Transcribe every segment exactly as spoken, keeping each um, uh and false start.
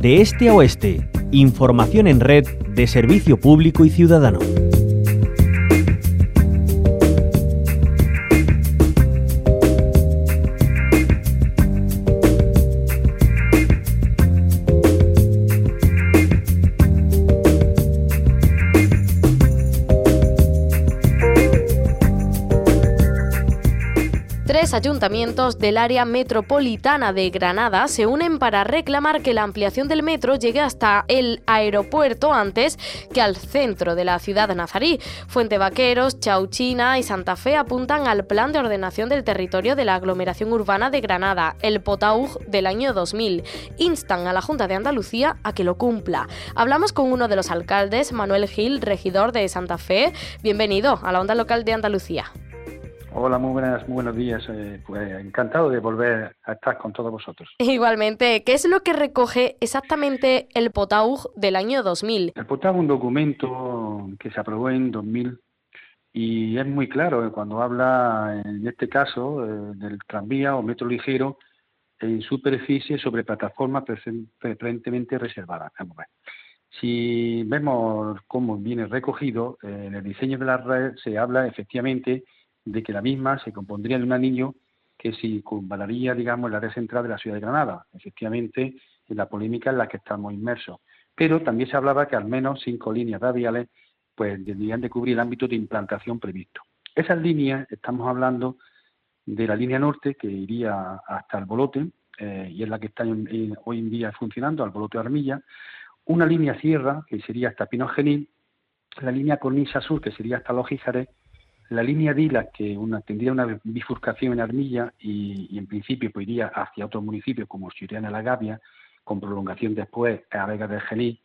De este a oeste, información en red de servicio público y ciudadano. Tres ayuntamientos del área metropolitana de Granada se unen para reclamar que la ampliación del metro llegue hasta el aeropuerto antes que al centro de la ciudad nazarí. Fuentevaqueros, Chauchina y Santa Fe apuntan al Plan de Ordenación del Territorio de la Aglomeración Urbana de Granada, el POTAUG del año dos mil. Instan a la Junta de Andalucía a que lo cumpla. Hablamos con uno de los alcaldes, Manuel Gil, regidor de Santa Fe. Bienvenido a la Onda Local de Andalucía. Hola, muy buenas, muy buenos días. Eh, pues encantado de volver a estar con todos vosotros. Igualmente, ¿qué es lo que recoge exactamente el POTAUG del año dos mil? El POTAUG es un documento que se aprobó en dos mil y es muy claro eh, cuando habla, en este caso, eh, del tranvía o metro ligero en superficie sobre plataformas preferentemente reservadas. Vamos a ver. Si vemos cómo viene recogido, eh, en el diseño de la red se habla efectivamente de que la misma se compondría de un anillo que circunvalaría, digamos, el área central de la ciudad de Granada, efectivamente, en la polémica en la que estamos inmersos. Pero también se hablaba que al menos cinco líneas radiales pues tendrían de cubrir el ámbito de implantación previsto. Esas líneas, estamos hablando de la línea norte, que iría hasta el Bolote, eh, y es la que está en, en, hoy en día funcionando, al Bolote de Armilla, una línea sierra, que sería hasta Pino Genil, la línea cornisa sur, que sería hasta Los Gijares, la línea Dila, que una, tendría una bifurcación en Armilla y, y en principio pues, iría hacia otros municipios como Chirriana de la Gavia, con prolongación después a Vega del Genil.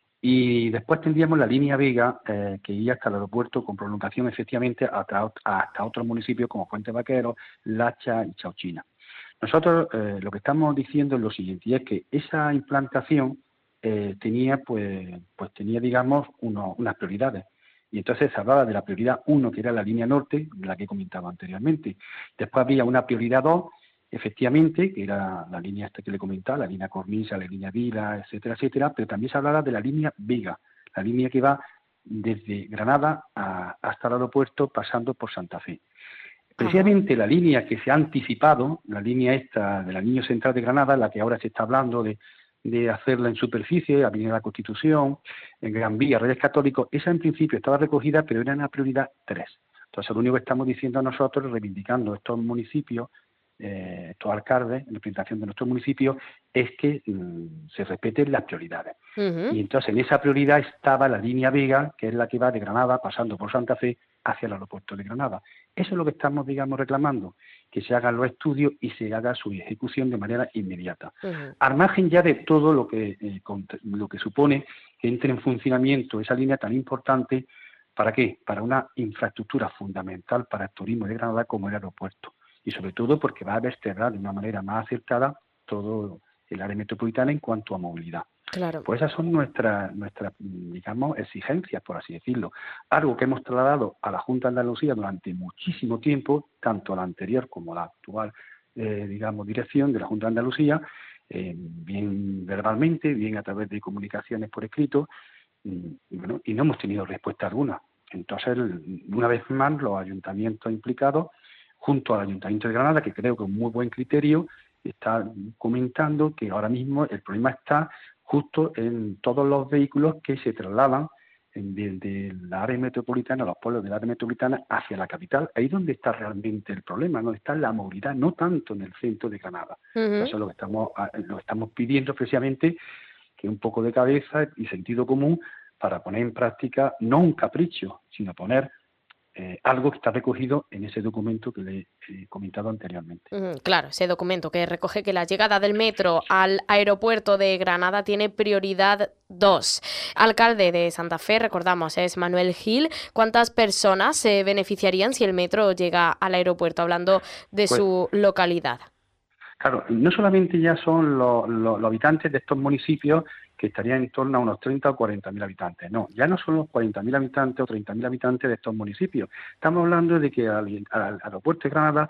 Y después tendríamos la línea Vega, eh, que iría hasta el aeropuerto con prolongación efectivamente hasta, hasta otros municipios como Fuentevaqueros, Lacha y Chauchina. Nosotros eh, lo que estamos diciendo es lo siguiente, y es que esa implantación eh, tenía, pues, pues tenía, digamos, uno, unas prioridades. Y entonces se hablaba de la prioridad uno, que era la línea norte, la que comentaba anteriormente. Después había una prioridad dos, efectivamente, que era la línea esta que le comentaba, la línea cornisa, la línea Vila, etcétera, etcétera, pero también se hablaba de la línea Vega, la línea que va desde Granada a, hasta el aeropuerto pasando por Santa Fe. Precisamente Ajá. La línea que se ha anticipado, la línea esta del Anillo Central de Granada, la que ahora se está hablando de de hacerla en superficie, Avenida de la Constitución, en Gran Vía, Reyes Católicos, esa en principio estaba recogida, pero era una prioridad tres. Entonces, lo único que estamos diciendo nosotros, reivindicando estos municipios, eh, estos alcaldes, en la presentación de nuestros municipios, es que mm, se respeten las prioridades. Uh-huh. Y entonces, en esa prioridad estaba la línea Vega, que es la que va de Granada, pasando por Santa Fe, hacia el aeropuerto de Granada. Eso es lo que estamos, digamos, reclamando, que se hagan los estudios y se haga su ejecución de manera inmediata. Uh-huh. Al margen ya de todo lo que, eh, lo que supone que entre en funcionamiento esa línea tan importante, ¿para qué? Para una infraestructura fundamental para el turismo de Granada como el aeropuerto. Y sobre todo porque va a vertebrar de una manera más acertada todo el área metropolitana en cuanto a movilidad. Claro. Pues esas son nuestras, nuestras, digamos, exigencias, por así decirlo. Algo que hemos trasladado a la Junta de Andalucía durante muchísimo tiempo, tanto a la anterior como a la actual, eh, digamos, dirección de la Junta de Andalucía, eh, bien verbalmente, bien a través de comunicaciones por escrito, y, bueno, y no hemos tenido respuesta alguna. Entonces, una vez más, los ayuntamientos implicados, junto al Ayuntamiento de Granada, que creo que es un muy buen criterio, está comentando que ahora mismo el problema está justo en todos los vehículos que se trasladan desde la área metropolitana, los pueblos de la área metropolitana hacia la capital. Ahí es donde está realmente el problema, donde está la movilidad, no tanto en el centro de Granada. Uh-huh. Eso es lo que estamos, lo que estamos pidiendo precisamente, que un poco de cabeza y sentido común para poner en práctica no un capricho, sino poner Eh, algo que está recogido en ese documento que le he comentado anteriormente. Mm, claro, ese documento que recoge que la llegada del metro al aeropuerto de Granada tiene prioridad dos. Alcalde de Santa Fe, recordamos, es Manuel Gil. ¿Cuántas personas se beneficiarían si el metro llega al aeropuerto, hablando de pues, su localidad? Claro, no solamente ya son los, los, los habitantes de estos municipios, que estarían en torno a unos treinta o cuarenta mil habitantes. No, ya no son los cuarenta mil habitantes o treinta mil habitantes de estos municipios. Estamos hablando de que al, al aeropuerto de Granada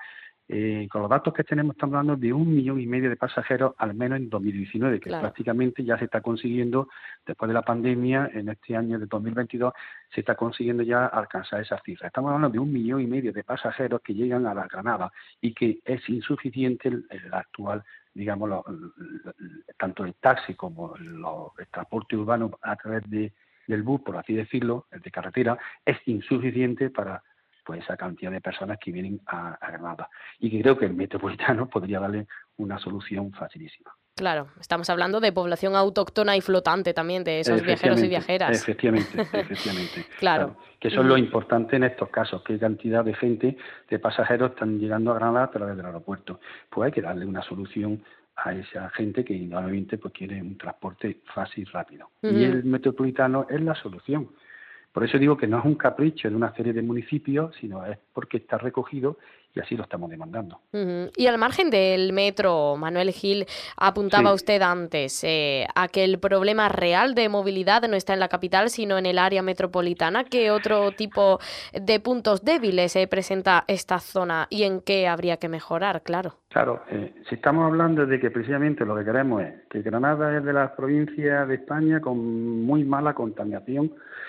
Eh, con los datos que tenemos estamos hablando de un millón y medio de pasajeros al menos en dos mil diecinueve, que Claro. prácticamente ya se está consiguiendo, después de la pandemia, en este año de dos mil veintidós, se está consiguiendo ya alcanzar esas cifras. Estamos hablando de un millón y medio de pasajeros que llegan a la Granada y que es insuficiente el, el actual, digamos, lo, lo, tanto el taxi como lo, el transporte urbano a través de, del bus, por así decirlo, el de carretera, es insuficiente para pues esa cantidad de personas que vienen a, a Granada, y que creo que el metropolitano podría darle una solución facilísima. Claro, estamos hablando de población autóctona y flotante también, de esos viajeros y viajeras. Efectivamente, efectivamente. Claro. Claro. Que eso es lo importante en estos casos, qué cantidad de gente, de pasajeros están llegando a Granada a través del aeropuerto. Pues hay que darle una solución a esa gente que indudablemente pues quiere un transporte fácil y rápido. Uh-huh. Y el metropolitano es la solución. Por eso digo que no es un capricho de una serie de municipios, sino es porque está recogido y así lo estamos demandando. Uh-huh. Y al margen del metro, Manuel Gil, apuntaba sí. usted antes eh, a que el problema real de movilidad no está en la capital, sino en el área metropolitana. ¿Qué otro tipo de puntos débiles se eh, presenta esta zona y en qué habría que mejorar? Claro. Claro, eh, si estamos hablando de que precisamente lo que queremos es que Granada es de las provincias de España con muy mala contaminación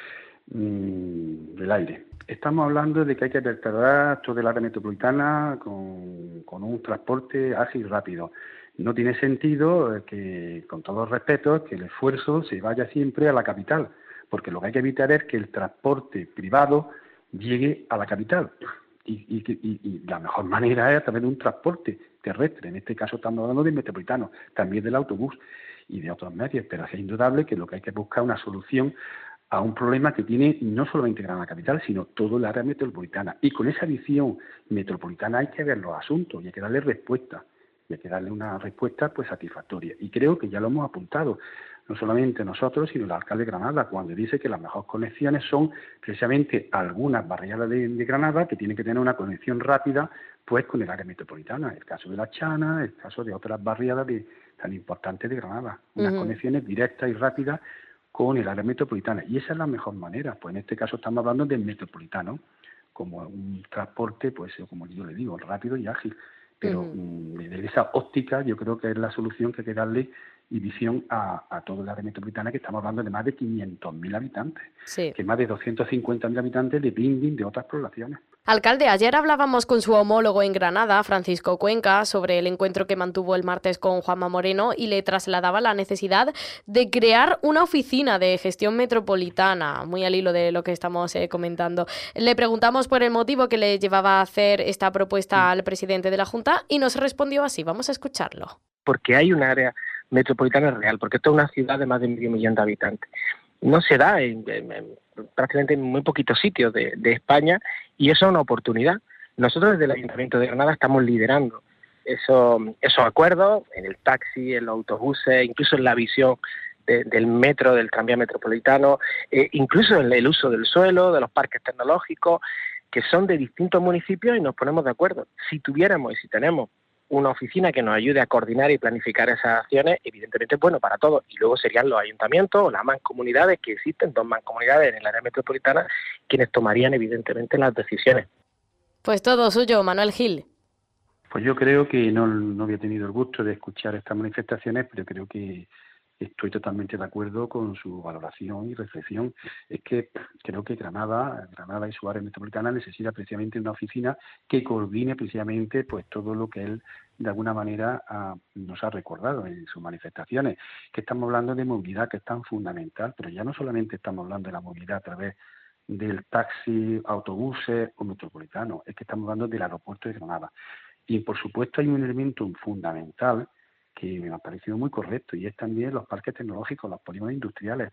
del aire. Estamos hablando de que hay que vertebrar todo el área metropolitana con, con un transporte ágil y rápido. No tiene sentido que, con todo el respeto, que el esfuerzo se vaya siempre a la capital, porque lo que hay que evitar es que el transporte privado llegue a la capital. Y, y, y, y la mejor manera es a través de un transporte terrestre. En este caso estamos hablando del metropolitano, también del autobús y de otros medios, pero es indudable que lo que hay que buscar es una solución a un problema que tiene no solamente Granada Capital, sino todo el área metropolitana. Y con esa visión metropolitana hay que ver los asuntos y hay que darle respuesta. Y hay que darle una respuesta pues satisfactoria. Y creo que ya lo hemos apuntado, no solamente nosotros, sino el alcalde de Granada, cuando dice que las mejores conexiones son precisamente algunas barriadas de, de Granada que tienen que tener una conexión rápida pues con el área metropolitana. El caso de La Chana, el caso de otras barriadas de, tan importantes de Granada. Unas uh-huh. conexiones directas y rápidas con el área metropolitana, y esa es la mejor manera. Pues en este caso estamos hablando del metropolitano como un transporte, pues como yo le digo, rápido y ágil, pero uh-huh. desde esa óptica yo creo que es la solución que hay que darle y visión a, a todo el área metropolitana, que estamos hablando de más de quinientos mil habitantes, sí. que más de doscientos cincuenta mil habitantes dependen de otras poblaciones. Alcalde, ayer hablábamos con su homólogo en Granada, Francisco Cuenca, sobre el encuentro que mantuvo el martes con Juanma Moreno y le trasladaba la necesidad de crear una oficina de gestión metropolitana, muy al hilo de lo que estamos eh, comentando. Le preguntamos por el motivo que le llevaba a hacer esta propuesta al presidente de la Junta y nos respondió así. Vamos a escucharlo. Porque hay un área metropolitana real, porque esto es una ciudad de más de medio millón de habitantes. No se da en, en, en prácticamente en muy poquitos sitios de, de España, y eso es una oportunidad. Nosotros desde el Ayuntamiento de Granada estamos liderando eso, esos acuerdos en el taxi, en los autobuses, incluso en la visión de, del metro, del tranvía metropolitano, eh, incluso en el uso del suelo, de los parques tecnológicos, que son de distintos municipios, y nos ponemos de acuerdo. Si tuviéramos y si tenemos una oficina que nos ayude a coordinar y planificar esas acciones, evidentemente es bueno para todos. Y luego serían los ayuntamientos o las mancomunidades, que existen dos mancomunidades en el área metropolitana, quienes tomarían evidentemente las decisiones. Pues todo suyo, Manuel Gil. Pues yo creo que no, no había tenido el gusto de escuchar estas manifestaciones, pero creo que estoy totalmente de acuerdo con su valoración y reflexión. Es que creo que Granada, Granada y su área metropolitana necesita precisamente una oficina que coordine precisamente pues todo lo que él de alguna manera uh, nos ha recordado en sus manifestaciones, que estamos hablando de movilidad, que es tan fundamental, pero ya no solamente estamos hablando de la movilidad a través del taxi, autobuses o metropolitano, es que estamos hablando del aeropuerto de Granada. Y por supuesto hay un elemento fundamental que me ha parecido muy correcto, y es también los parques tecnológicos, los polígonos industriales.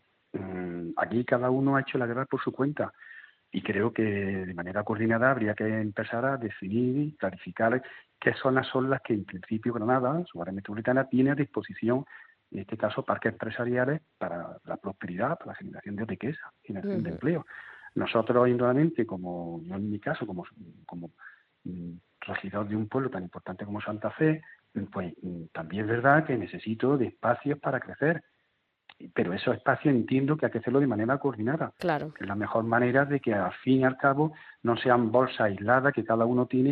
Aquí cada uno ha hecho la guerra por su cuenta, y creo que de manera coordinada habría que empezar a definir y clarificar qué zonas son las que en principio Granada, su área metropolitana, tiene a disposición, en este caso parques empresariales para la prosperidad, para la generación de riqueza, generación uh-huh. de empleo. Nosotros, indudablemente, como yo en mi caso, como, como mm, regidor de un pueblo tan importante como Santa Fe, pues también es verdad que necesito de espacios para crecer, pero esos espacios entiendo que hay que hacerlo de manera coordinada. Claro. Que es la mejor manera de que al fin y al cabo no sean bolsas aisladas que cada uno tiene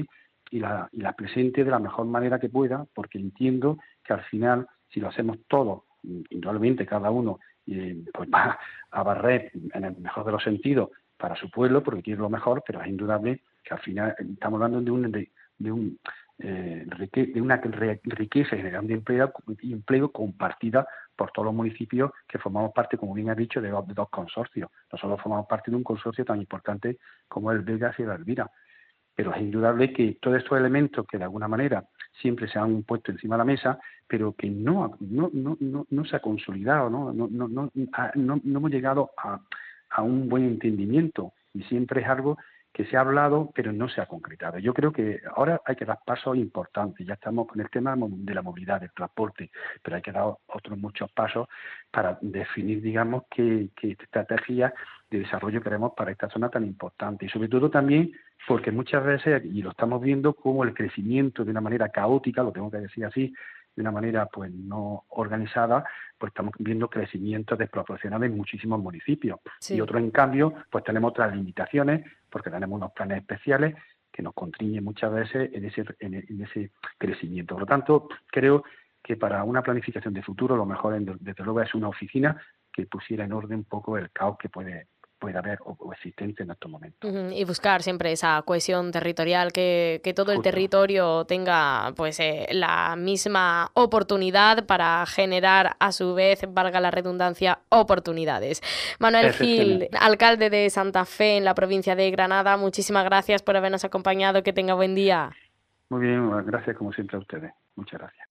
y la, y la presente de la mejor manera que pueda, porque entiendo que al final, si lo hacemos todos, indudablemente cada uno eh, pues va a barrer en el mejor de los sentidos para su pueblo, porque quiere lo mejor, pero es indudable que al final estamos hablando de un, de, de un eh, rique, de una riqueza general de empleo, empleo compartida por todos los municipios que formamos parte, como bien ha dicho, de dos, de dos consorcios. Nosotros formamos parte de un consorcio tan importante como el Vegas y el Elvira. Pero es indudable que todos estos elementos que de alguna manera siempre se han puesto encima de la mesa, pero que no no no no, no se ha consolidado, no no no no, no, no hemos llegado a, a un buen entendimiento, y siempre es algo que se ha hablado pero no se ha concretado. Yo creo que ahora hay que dar pasos importantes. Ya estamos con el tema de la movilidad, del transporte, pero hay que dar otros muchos pasos para definir, digamos, qué, qué estrategias de desarrollo queremos para esta zona tan importante. Y sobre todo también porque muchas veces, y lo estamos viendo, como el crecimiento de una manera caótica, lo tengo que decir así, de una manera pues no organizada, pues estamos viendo crecimientos desproporcionados en muchísimos municipios. Sí. Y otros, en cambio, pues tenemos otras limitaciones, porque tenemos unos planes especiales que nos constriñen muchas veces en ese, en, en ese crecimiento. Por lo tanto, creo que para una planificación de futuro, lo mejor, desde luego, es una oficina que pusiera en orden un poco el caos que puede puede haber o, o existente en estos momentos. Uh-huh. Y buscar siempre esa cohesión territorial, que, que todo Justo. el territorio tenga pues eh, la misma oportunidad para generar, a su vez, valga la redundancia, oportunidades. Manuel Gil, alcalde de Santa Fe en la provincia de Granada, muchísimas gracias por habernos acompañado, que tenga buen día. Muy bien, gracias como siempre a ustedes. Muchas gracias.